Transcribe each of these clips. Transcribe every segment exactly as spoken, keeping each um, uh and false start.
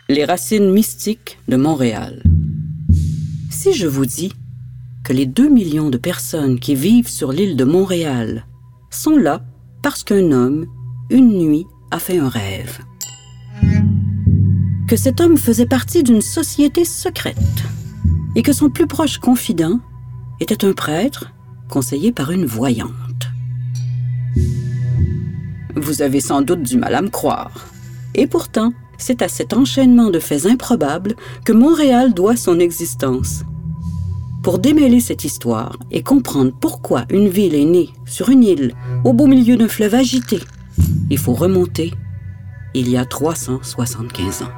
Les racines mystiques de Montréal. Si je vous dis que les deux millions de personnes qui vivent sur l'île de Montréal sont là parce qu'un homme, une nuit, a fait un rêve. Que cet homme faisait partie d'une société secrète et que son plus proche confident était un prêtre conseillé par une voyante. Vous avez sans doute du mal à me croire. Et pourtant, c'est à cet enchaînement de faits improbables que Montréal doit son existence. Pour démêler cette histoire et comprendre pourquoi une ville est née sur une île au beau milieu d'un fleuve agité, il faut remonter il y a trois cent soixante-quinze ans.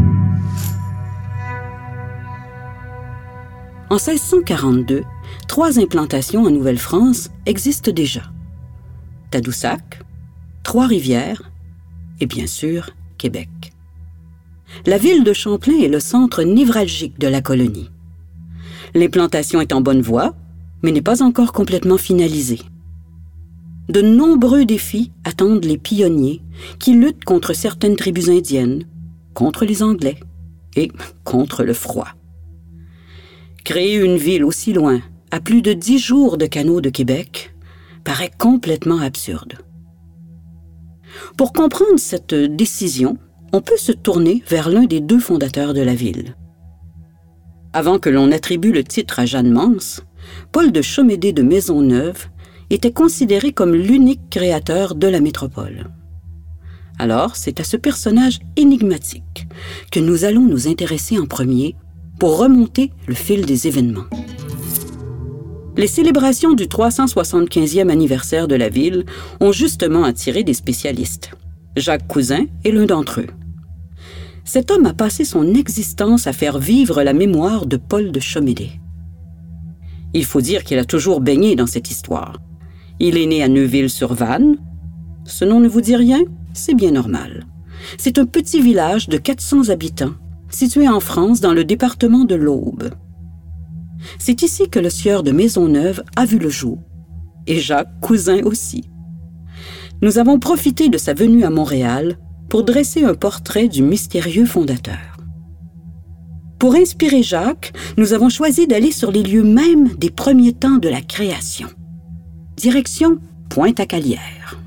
En seize cent quarante-deux, trois implantations en Nouvelle-France existent déjà. Tadoussac, Trois-Rivières et bien sûr Québec. La ville de Champlain est le centre névralgique de la colonie. L'implantation est en bonne voie, mais n'est pas encore complètement finalisée. De nombreux défis attendent les pionniers qui luttent contre certaines tribus indiennes, contre les Anglais et contre le froid. Créer une ville aussi loin, à plus de dix jours de canot de Québec, paraît complètement absurde. Pour comprendre cette décision, on peut se tourner vers l'un des deux fondateurs de la ville. Avant que l'on attribue le titre à Jeanne Mance, Paul de Chomédé de Maisonneuve était considéré comme l'unique créateur de la métropole. Alors, c'est à ce personnage énigmatique que nous allons nous intéresser en premier pour remonter le fil des événements. Les célébrations du trois cent soixante-quinzième anniversaire de la ville ont justement attiré des spécialistes. Jacques Cousin est l'un d'entre eux. Cet homme a passé son existence à faire vivre la mémoire de Paul de Chomédé. Il faut dire qu'il a toujours baigné dans cette histoire. Il est né à Neuville-sur-Vanne. Ce nom ne vous dit rien? C'est bien normal. C'est un petit village de quatre cents habitants, situé en France dans le département de l'Aube. C'est ici que le sieur de Maisonneuve a vu le jour, et Jacques Cousin aussi. Nous avons profité de sa venue à Montréal pour dresser un portrait du mystérieux fondateur. Pour inspirer Jacques, nous avons choisi d'aller sur les lieux mêmes des premiers temps de la création. Direction Pointe-à-Calière.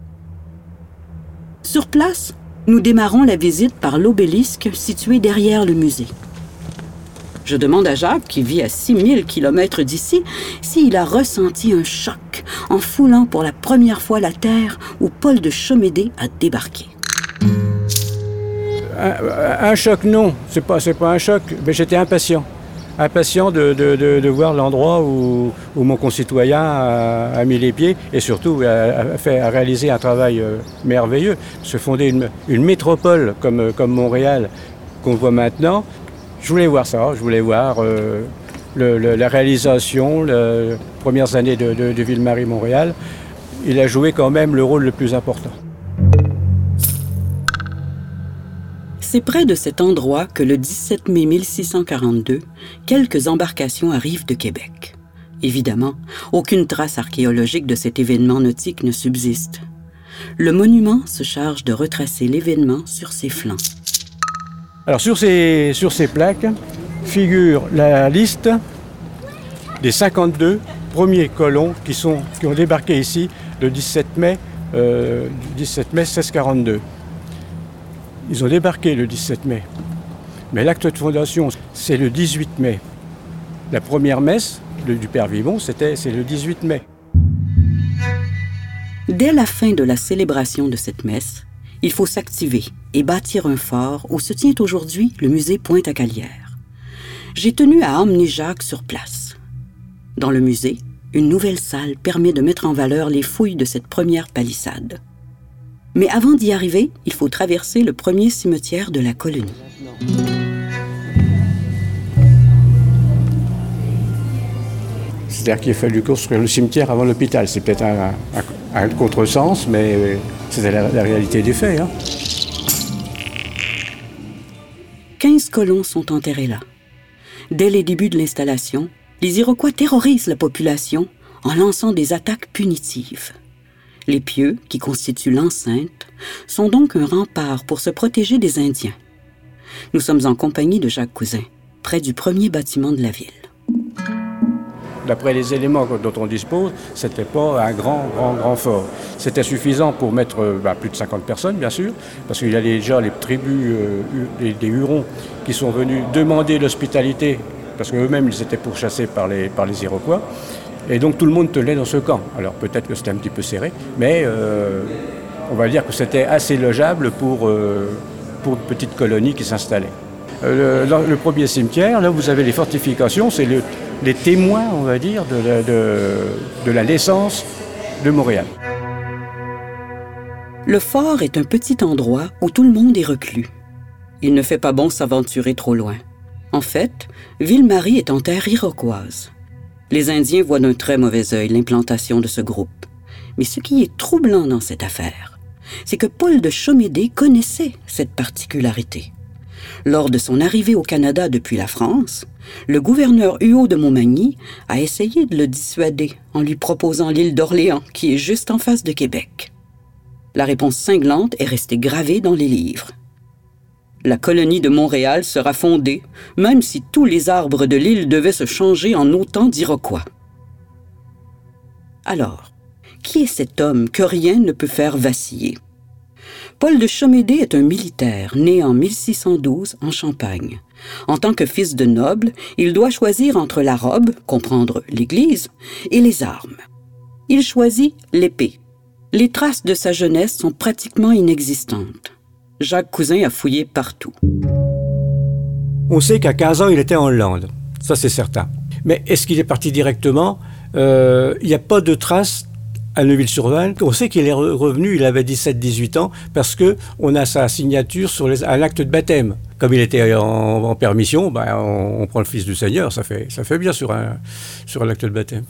Sur place, nous démarrons la visite par l'obélisque situé derrière le musée. Je demande à Jacques, qui vit à six mille kilomètres d'ici, s'il a ressenti un choc en foulant pour la première fois la terre où Paul de Chomédé a débarqué. Un, un choc, non. C'est pas, c'est pas un choc, mais j'étais impatient. Impatient de, de, de, de voir l'endroit où, où mon concitoyen a, a mis les pieds et surtout a, a, fait, a réalisé un travail euh, merveilleux. Se fonder une, une métropole comme, comme Montréal qu'on voit maintenant. Je voulais voir ça, je voulais voir euh, le, le, la réalisation, les premières années de, de, de Ville-Marie-Montréal. Il a joué quand même le rôle le plus important. C'est près de cet endroit que le dix-sept mai mille six cent quarante-deux, quelques embarcations arrivent de Québec. Évidemment, aucune trace archéologique de cet événement nautique ne subsiste. Le monument se charge de retracer l'événement sur ses flancs. Alors sur ces, sur ces plaques figure la liste des cinquante-deux premiers colons qui, sont, qui ont débarqué ici le dix-sept mai, euh, dix-sept mai seize cent quarante-deux. Ils ont débarqué le dix-sept mai, mais l'acte de fondation, c'est le dix-huit mai. La première messe le, du Père Vivon, c'était, c'est le dix-huit mai. Dès la fin de la célébration de cette messe, il faut s'activer et bâtir un fort où se tient aujourd'hui le musée Pointe-à-Calière. J'ai tenu à emmener Jacques sur place. Dans le musée, une nouvelle salle permet de mettre en valeur les fouilles de cette première palissade. Mais avant d'y arriver, il faut traverser le premier cimetière de la colonie. C'est-à-dire qu'il a fallu construire le cimetière avant l'hôpital. C'est peut-être un, un, un contresens, mais c'était la, la réalité des faits. Hein. quinze colons sont enterrés là. Dès les débuts de l'installation, les Iroquois terrorisent la population en lançant des attaques punitives. Les pieux, qui constituent l'enceinte, sont donc un rempart pour se protéger des Indiens. Nous sommes en compagnie de Jacques Cousin, près du premier bâtiment de la ville. D'après les éléments dont on dispose, c'était pas un grand, grand, grand fort. C'était suffisant pour mettre bah, plus de cinquante personnes, bien sûr, parce qu'il y a déjà les tribus euh, les, des Hurons qui sont venus demander l'hospitalité, parce qu'eux-mêmes, ils étaient pourchassés par les, par les Iroquois. Et donc, tout le monde tenait dans ce camp. Alors, peut-être que c'était un petit peu serré, mais euh, on va dire que c'était assez logeable pour, euh, pour une petite colonie qui s'installait. Euh, le, dans le premier cimetière, là, vous avez les fortifications, c'est le... les témoins, on va dire, de la, de, de la naissance de Montréal. Le fort est un petit endroit où tout le monde est reclus. Il ne fait pas bon s'aventurer trop loin. En fait, Ville-Marie est en terre iroquoise. Les Indiens voient d'un très mauvais œil l'implantation de ce groupe. Mais ce qui est troublant dans cette affaire, c'est que Paul de Chomédé connaissait cette particularité. Lors de son arrivée au Canada depuis la France, le gouverneur Huot de Montmagny a essayé de le dissuader en lui proposant l'île d'Orléans, qui est juste en face de Québec. La réponse cinglante est restée gravée dans les livres. La colonie de Montréal sera fondée, même si tous les arbres de l'île devaient se changer en autant d'Iroquois. Alors, qui est cet homme que rien ne peut faire vaciller? Paul de Chomédé est un militaire né en mille six cent douze en Champagne. En tant que fils de noble, il doit choisir entre la robe, comprendre l'Église, et les armes. Il choisit l'épée. Les traces de sa jeunesse sont pratiquement inexistantes. Jacques Cousin a fouillé partout. On sait qu'à quinze ans, il était en Hollande. Ça, c'est certain. Mais est-ce qu'il est parti directement? euh, Il n'y a pas de traces à Neuville-sur-Vanne. On sait qu'il est revenu, il avait dix-sept dix-huit ans, parce qu'on a sa signature sur les, un acte de baptême. Comme il était en, en permission, ben on, on prend le Fils du Seigneur, ça fait, ça fait bien sur un, sur un acte de baptême.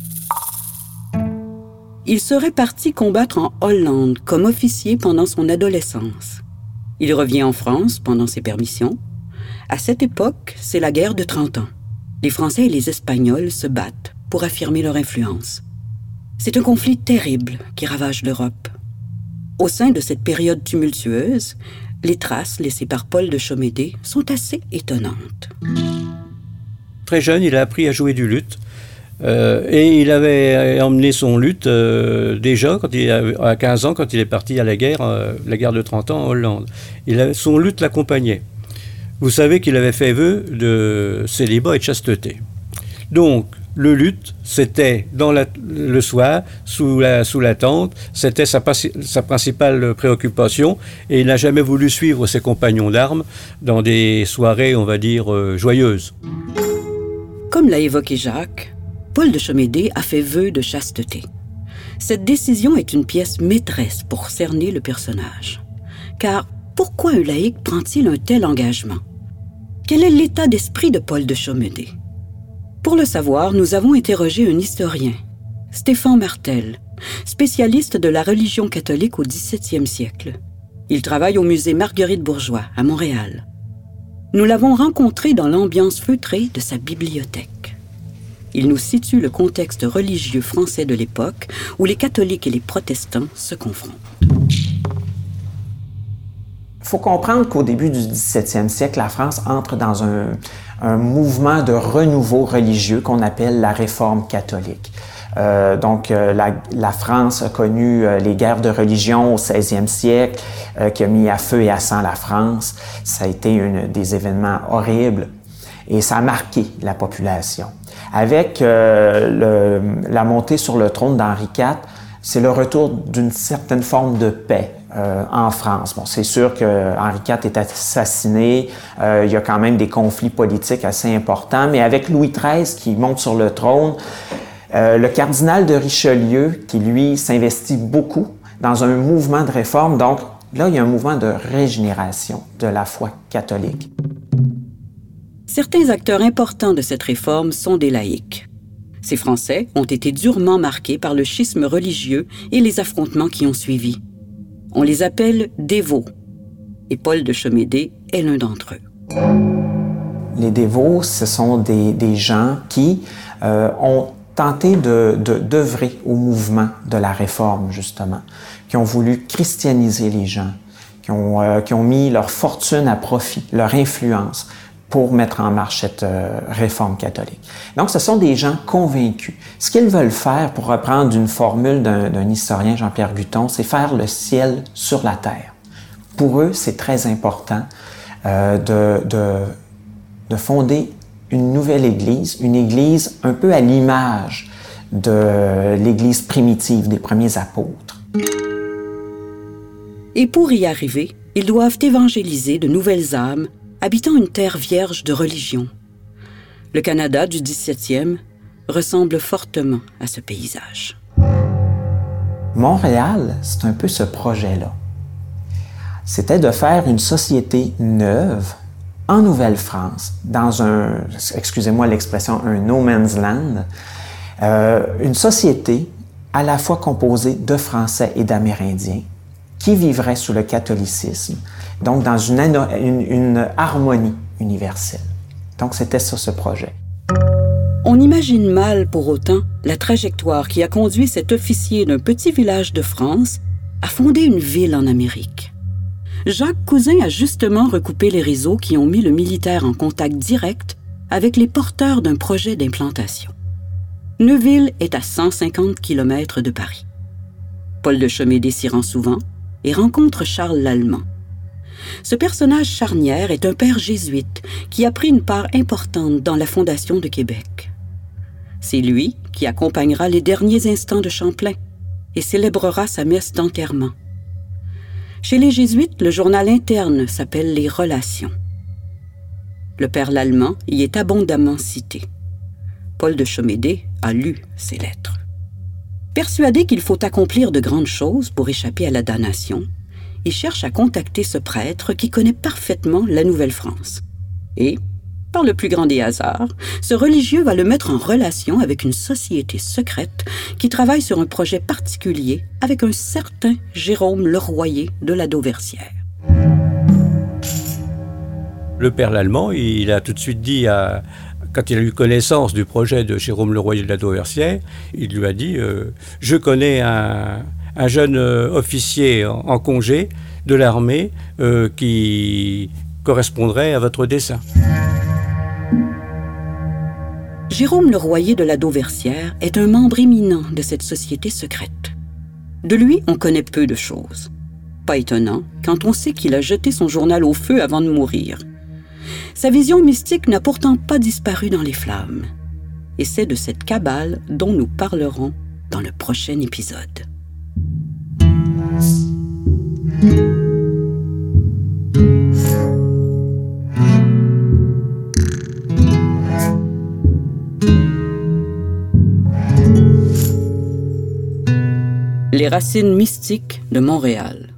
Il serait parti combattre en Hollande comme officier pendant son adolescence. Il revient en France pendant ses permissions. À cette époque, c'est la guerre de trente ans. Les Français et les Espagnols se battent pour affirmer leur influence. C'est un conflit terrible qui ravage l'Europe. Au sein de cette période tumultueuse, les traces laissées par Paul de Chomédé sont assez étonnantes. Très jeune, il a appris à jouer du luth. Euh, et il avait emmené son luth euh, déjà quand il à quinze ans, quand il est parti à la guerre, euh, la guerre de trente ans en Hollande. Il avait, son luth l'accompagnait. Vous savez qu'il avait fait vœu de célibat et de chasteté. Donc, le luth, c'était dans la, le soir, sous la, sous la tente, c'était sa, sa principale préoccupation, et il n'a jamais voulu suivre ses compagnons d'armes dans des soirées, on va dire, euh, joyeuses. Comme l'a évoqué Jacques, Paul de Chomédé a fait vœu de chasteté. Cette décision est une pièce maîtresse pour cerner le personnage. Car pourquoi un laïc prend-il un tel engagement? Quel est l'état d'esprit de Paul de Chomédé? Pour le savoir, nous avons interrogé un historien, Stéphane Martel, spécialiste de la religion catholique au dix-septième siècle. Il travaille au musée Marguerite-Bourgeois, à Montréal. Nous l'avons rencontré dans l'ambiance feutrée de sa bibliothèque. Il nous situe le contexte religieux français de l'époque où les catholiques et les protestants se confrontent. Il faut comprendre qu'au début du dix-septième siècle, la France entre dans un, un mouvement de renouveau religieux qu'on appelle la Réforme catholique. Euh, donc, euh, la, la France a connu euh, les guerres de religion au seizième siècle, euh, qui a mis à feu et à sang la France. Ça a été une, des événements horribles et ça a marqué la population. Avec euh, le, la montée sur le trône d'Henri quatre, c'est le retour d'une certaine forme de paix euh, en France. Bon, c'est sûr que Henri quatre est assassiné, euh, il y a quand même des conflits politiques assez importants, mais avec Louis treize qui monte sur le trône, euh, le cardinal de Richelieu qui, lui, s'investit beaucoup dans un mouvement de réforme, donc là, il y a un mouvement de régénération de la foi catholique. Certains acteurs importants de cette réforme sont des laïcs. Ces Français ont été durement marqués par le schisme religieux et les affrontements qui ont suivi. On les appelle dévots, et Paul de Chomédé est l'un d'entre eux. Les dévots, ce sont des, des gens qui euh, ont tenté de, de, d'œuvrer au mouvement de la réforme, justement, qui ont voulu christianiser les gens, qui ont, euh, qui ont mis leur fortune à profit, leur influence, pour mettre en marche cette euh, réforme catholique. Donc, ce sont des gens convaincus. Ce qu'ils veulent faire, pour reprendre une formule d'un, d'un historien, Jean-Pierre Guthon, c'est faire le ciel sur la terre. Pour eux, c'est très important euh, de, de, de fonder une nouvelle Église, une Église un peu à l'image de l'Église primitive des premiers apôtres. Et pour y arriver, ils doivent évangéliser de nouvelles âmes habitant une terre vierge de religion. Le Canada du dix-septième ressemble fortement à ce paysage. Montréal, c'est un peu ce projet-là. C'était de faire une société neuve en Nouvelle-France, dans un, excusez-moi l'expression, un no man's land, euh, une société à la fois composée de Français et d'Amérindiens qui vivraient sous le catholicisme, donc dans une, une, une harmonie universelle. Donc c'était ça ce projet. On imagine mal pour autant la trajectoire qui a conduit cet officier d'un petit village de France à fonder une ville en Amérique. Jacques Cousin a justement recoupé les réseaux qui ont mis le militaire en contact direct avec les porteurs d'un projet d'implantation. Neuville est à cent cinquante kilomètres de Paris. Paul de Chomédé s'y rend souvent et rencontre Charles Lallemand. Ce personnage charnière est un père jésuite qui a pris une part importante dans la fondation de Québec. C'est lui qui accompagnera les derniers instants de Champlain et célébrera sa messe d'enterrement. Chez les Jésuites, le journal interne s'appelle « Les Relations ». Le père Lallemand y est abondamment cité. Paul de Chomédé a lu ces lettres. Persuadé qu'il faut accomplir de grandes choses pour échapper à la damnation, il cherche à contacter ce prêtre qui connaît parfaitement la Nouvelle-France. Et, par le plus grand des hasards, ce religieux va le mettre en relation avec une société secrète qui travaille sur un projet particulier avec un certain Jérôme Leroyer de la Dauversière. Le père Lallemand, il a tout de suite dit, à, quand il a eu connaissance du projet de Jérôme Leroyer de la Dauversière, il lui a dit euh, « Je connais un, un jeune officier en, en congé de l'armée euh, qui correspondrait à votre dessein. » Jérôme Leroyer de la Dauversière est un membre éminent de cette société secrète. De lui, on connaît peu de choses. Pas étonnant quand on sait qu'il a jeté son journal au feu avant de mourir. Sa vision mystique n'a pourtant pas disparu dans les flammes. Et c'est de cette cabale dont nous parlerons dans le prochain épisode. Les racines mystiques de Montréal.